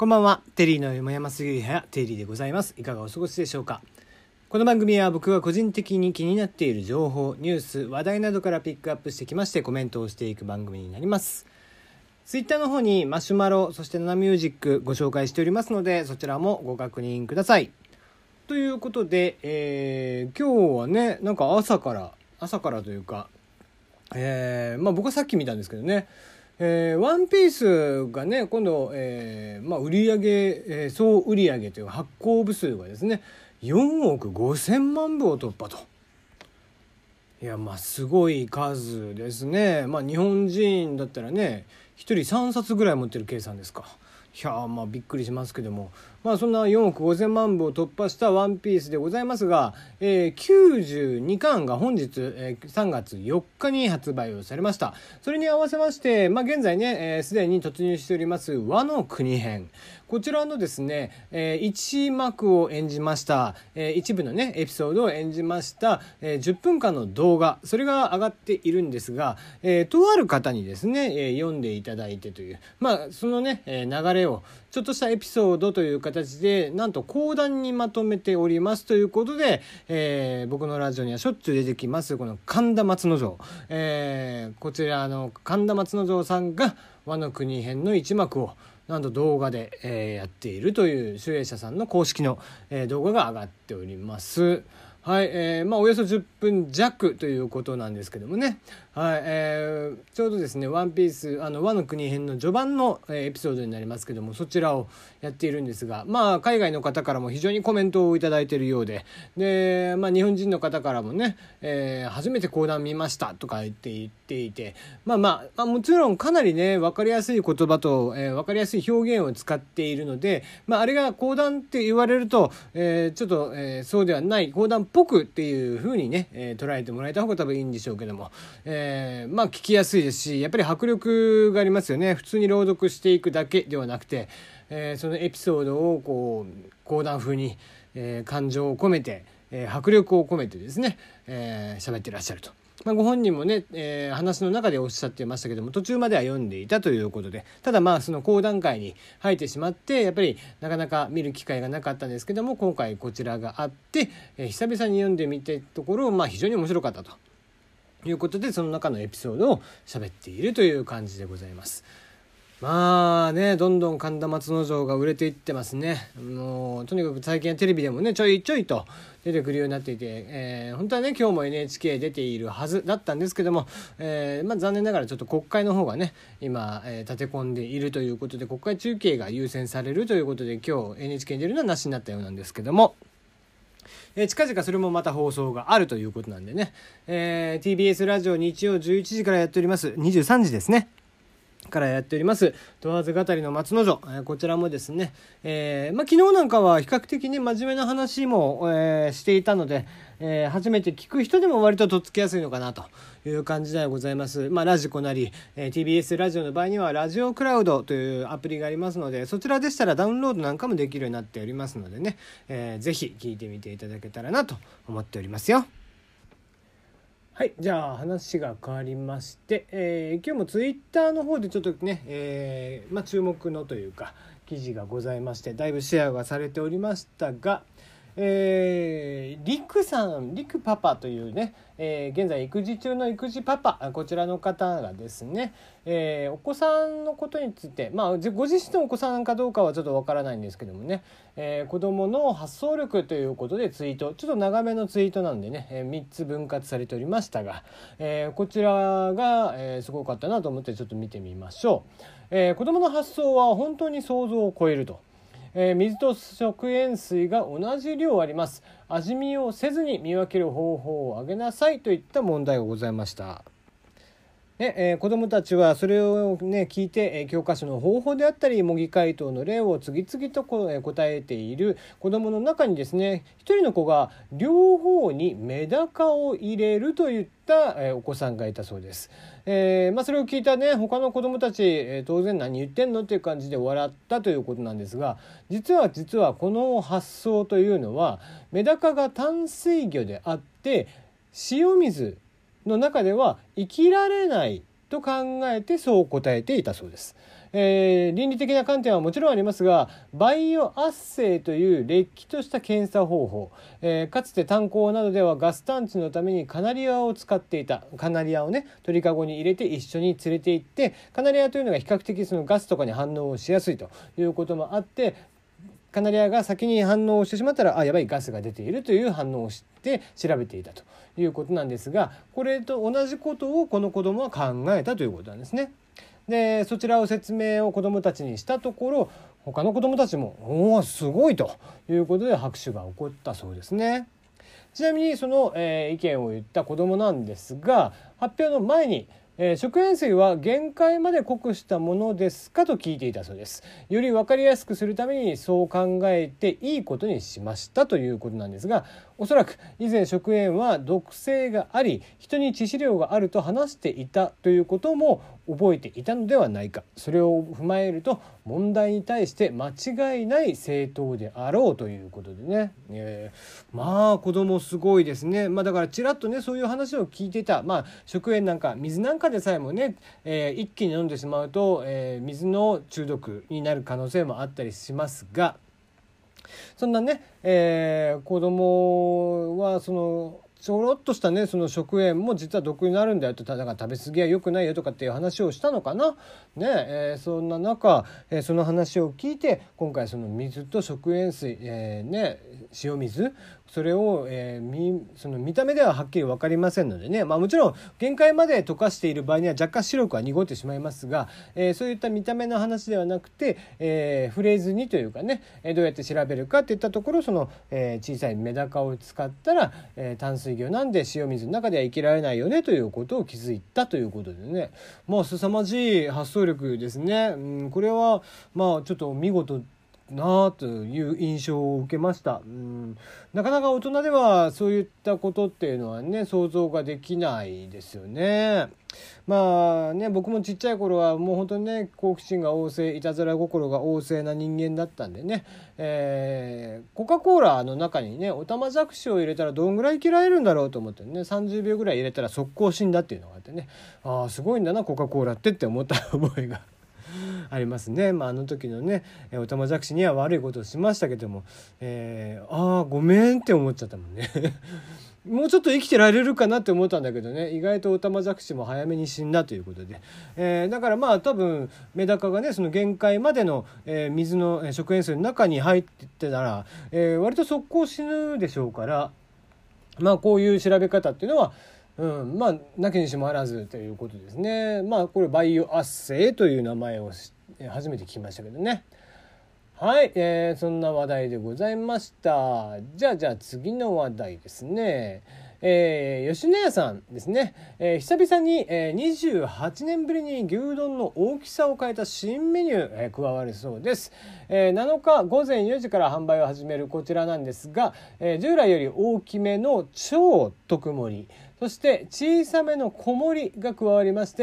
こんばんは。テリーの山杉部屋テリーでございます。いかがお過ごしでしょうか。この番組は僕が個人的に気になっている情報、ニュース、話題などからピックアップしてきましてコメントをしていく番組になります。ツイッターの方にマシュマロ、そしてナナミュージックご紹介しておりますので、そちらもご確認ください。ということで、今日はね、なんか朝からというか、僕はさっき見たんですけどね、ワンピースがね今度、売上、総売上という発行部数がですね4億5,000万部を突破と。いやすごい数ですね。日本人だったらね1人3冊ぐらい持ってる計算ですか。いやびっくりしますけども、そんな4億5,000万部を突破したワンピースでございますが、92巻が本日、3月4日に発売をされました。それに合わせまして、現在ねすでに突入しておりますワノ国編、こちらのですね、一幕を演じました、一部のねエピソードを演じました、10分間の動画、それが上がっているんですが、とある方にですね、読んでいただいてという、そのね、流れをちょっとしたエピソードという形でなんと講談にまとめておりますということで、僕のラジオにはしょっちゅう出てきますこの神田松之丞、こちらの神田松之丞さんがワノ国編の一幕をなんと動画で、やっているという集英社さんの公式の、動画が上がっております。はい、およそ10分弱ということなんですけどもね、はい、ちょうどですねワンピースワノ国編の序盤の、エピソードになりますけども、そちらをやっているんですが、海外の方からも非常にコメントをいただいているようで、日本人の方からもね、初めて講談見ましたとか言っていて、もちろんかなりね分かりやすい言葉と、分かりやすい表現を使っているので、あれが講談って言われると、ちょっと、そうではない講談っぽくっていう風にね、捉えてもらえた方が多分いいんでしょうけども、聞きやすいですし、やっぱり迫力がありますよね。普通に朗読していくだけではなくて、そのエピソードをこう講談風に、感情を込めて、迫力を込めてですね喋ってらっしゃると。ご本人もね、話の中でおっしゃってましたけども、途中までは読んでいたということで、ただその講談会に入ってしまってやっぱりなかなか見る機会がなかったんですけども、今回こちらがあって、久々に読んでみたところ、非常に面白かったということで、その中のエピソードを喋っているという感じでございます。どんどん神田松之丞が売れていってますね。もうとにかく最近はテレビでもねちょいちょいと出てくるようになっていて、本当はね今日も NHK 出ているはずだったんですけども、残念ながらちょっと国会の方がね今、立て込んでいるということで、国会中継が優先されるということで今日 NHK に出るのはなしになったようなんですけども、近々それもまた放送があるということなんでね、TBS ラジオ日曜11時からやっております、23時ですねからやっております問わず語りの松之丞、こちらもですね、昨日なんかは比較的ね真面目な話も、していたので、初めて聞く人でも割ととっつきやすいのかなという感じではございます。ラジコなり、TBS ラジオの場合にはラジオクラウドというアプリがありますので、そちらでしたらダウンロードなんかもできるようになっておりますのでね、ぜひ聞いてみていただけたらなと思っておりますよ。はい、じゃあ話が変わりまして、今日もツイッターの方でちょっとね、注目のというか記事がございまして、だいぶシェアがされておりましたが、リクパパというね、現在育児中の育児パパ、こちらの方がですね、お子さんのことについて、ご自身のお子さんかどうかはちょっとわからないんですけどもね、子どもの発想力ということでツイート、ちょっと長めのツイートなんでね、3つ分割されておりましたが、こちらが、すごかったなと思ってちょっと見てみましょう。子どもの発想は本当に想像を超えると。水と食塩水が同じ量あります。味見をせずに見分ける方法を挙げなさいといった問題がございました。子どもたちはそれを、聞いて、教科書の方法であったり模擬回答の例を次々と答えている子どもの中にですね、一人の子が両方にメダカを入れるといった、お子さんがいたそうです。それを聞いたね他の子どもたち、当然何言ってんのっていう感じで笑ったということなんですが、実はこの発想というのはメダカが淡水魚であって塩水の中では生きられないと考えてそう答えていたそうです。 倫理的な観点はもちろんありますが、バイオ圧生というれっきとした検査方法、かつて炭鉱などではガス探知のためにカナリアを使っていた。カナリアをね鳥かごに入れて一緒に連れて行って、カナリアというのが比較的そのガスとかに反応をしやすいということもあって、カナリアが先に反応をしてしまったらやばいガスが出ているという反応をして調べていたということなんですが、これと同じことをこの子供は考えたということなんですね。でそちらを説明を子どもたちにしたところ、他の子どもたちもおおすごいということで拍手が起こったそうですね。ちなみにその、意見を言った子どもなんですが、発表の前に食塩水は限界まで濃くしたものですかと聞いていたそうです。より分かりやすくするためにそう考えていいことにしましたということなんですが、おそらく以前食塩は毒性があり人に致死量があると話していたということも覚えていたのではないか。それを踏まえると問題に対して間違いない正当であろうということでね、まあ子供すごいですね。だからちらっとねそういう話を聞いていた。食塩なんか水なんかでさえもね、一気に飲んでしまうと、水の中毒になる可能性もあったりしますが、そんなね、子供はそのちょろっとしたねその食塩も実は毒になるんだよと、だから食べ過ぎは良くないよとかっていう話をしたのかなね。そんな中、その話を聞いて今回その水と食塩水、塩水それを、その見た目でははっきり分かりませんのでね、もちろん限界まで溶かしている場合には若干白くは濁ってしまいますが、そういった見た目の話ではなくて、フレーズにというかね、どうやって調べるかっていったところ、その、小さいメダカを使ったら、淡水魚なんで塩水の中では生きられないよねということを気づいたということでね、凄まじい発想力ですね。これはちょっと見事なという印象を受けました。なかなか大人ではそういったことっていうのはね想像ができないですよね。僕もちっちゃい頃はもう本当にね好奇心が旺盛、いたずら心が旺盛な人間だったんでね、コカ・コーラの中にねオタマジャクシを入れたらどんぐらい生きられるんだろうと思ってね、30秒ぐらい入れたら速攻死んだっていうのがあってね、すごいんだなコカ・コーラって思った覚えがありますね。あの時のねオタマジャクシには悪いことをしましたけども、ごめんって思っちゃったもんねもうちょっと生きてられるかなって思ったんだけどね、意外とオタマジャクシも早めに死んだということで、だから多分メダカがねその限界までの、水の食塩水の中に入ってたら、割と速攻死ぬでしょうから、こういう調べ方っていうのはなきにしもあらずということですね。これバイオ圧生という名前を初めて聞きましたけどね。はい、そんな話題でございました。じゃあ次の話題ですね。吉野家さんですね、久々に、28年ぶりに牛丼の大きさを変えた新メニュー、加わるそうです。7日午前4時から販売を始めるこちらなんですが、従来より大きめの超特盛り、そして小さめの小盛りが加わりまして、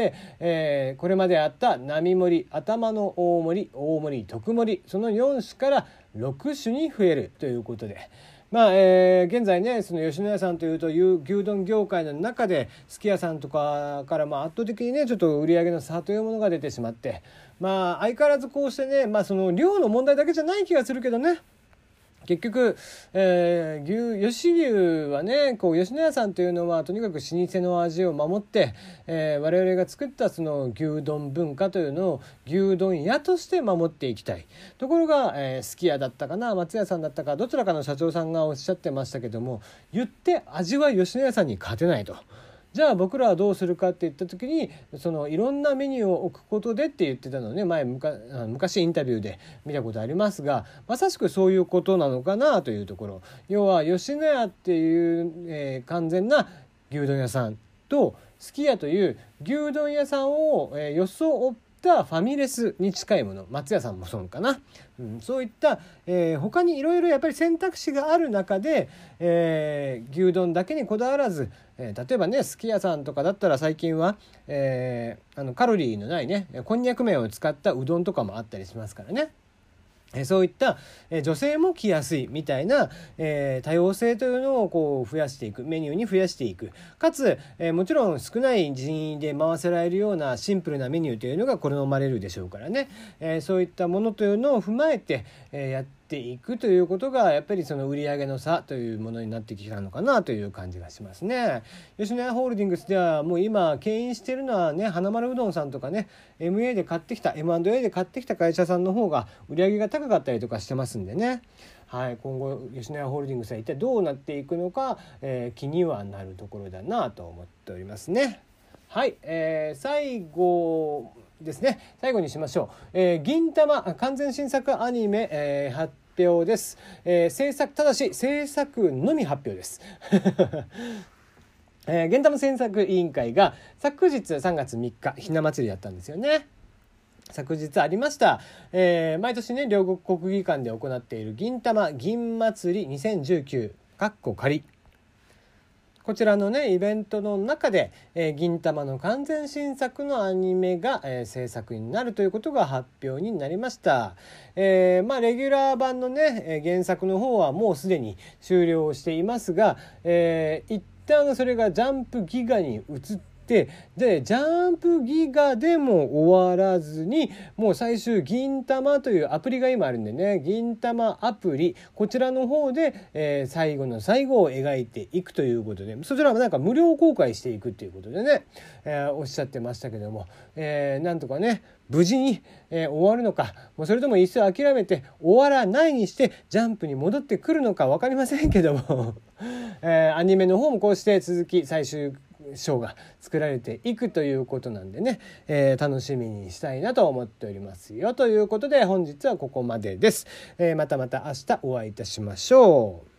これまであった並盛り、頭の大盛り、大盛り、特盛り、その4種から6種に増えるということで、現在ねその吉野家さんというと牛丼業界の中ですき家さんとかから圧倒的にねちょっと売り上げの差というものが出てしまって、相変わらずこうしてね、その量の問題だけじゃない気がするけどね、結局、吉牛はね吉野家さんというのはとにかく老舗の味を守って、我々が作ったその牛丼文化というのを牛丼屋として守っていきたいところが、すき家だったかな松屋さんだったかどちらかの社長さんがおっしゃってましたけども、言って味は吉野家さんに勝てないと。じゃあ僕らはどうするかって言った時にそのいろんなメニューを置くことでって言ってたのね、昔インタビューで見たことありますが、まさしくそういうことなのかなというところ。要は吉野家っていう、完全な牛丼屋さんとすき家という牛丼屋さんを、装ったファミレスに近いもの、松屋さんもそうかな、そういった、他にいろいろやっぱり選択肢がある中で、牛丼だけにこだわらず、例えばねすき家さんとかだったら最近は、カロリーのないねこんにゃく麺を使ったうどんとかもあったりしますからね。 そういった女性も着やすいみたいな多様性というのをこう増やしていく、メニューに増やしていく、かつもちろん少ない人員で回せられるようなシンプルなメニューというのが好まれるでしょうからね、そういったものというのを踏まえてやっていくということがやっぱりその売上の差というものになってきたのかなという感じがしますね。吉野家ホールディングスではもう今牽引しているのはね、花丸うどんさんとかね、 MA で買ってきた M&A で買ってきた会社さんの方が売上が高かったりとかしてますんでね、はい、今後吉野家ホールディングスは一体どうなっていくのか、気にはなるところだなと思っておりますね。はい、最後ですね、最後にしましょう。銀魂完全新作アニメ、発表です。制作、ただし制作のみ発表です銀魂制作委員会が昨日3月3日ひな祭りだったんですよね。昨日ありました、毎年ね両国国技館で行っている銀魂銀祭り2019仮、こちらのねイベントの中で、銀魂の完全新作のアニメが、制作になるということが発表になりました。レギュラー版のね原作の方はもうすでに終了していますが、一旦それがジャンプギガに移ってでジャンプギガでも終わらずにもう最終銀魂というアプリが今あるんでね、銀魂アプリこちらの方で、最後の最後を描いていくということで、そちらはなんか無料公開していくということでね、おっしゃってましたけども、なんとかね無事に、終わるのか、もうそれとも一層諦めて終わらないにしてジャンプに戻ってくるのか分かりませんけどもアニメの方もこうして続き最終章が作られていくということなんでね、楽しみにしたいなと思っておりますよということで本日はここまでです。また明日お会いいたしましょう。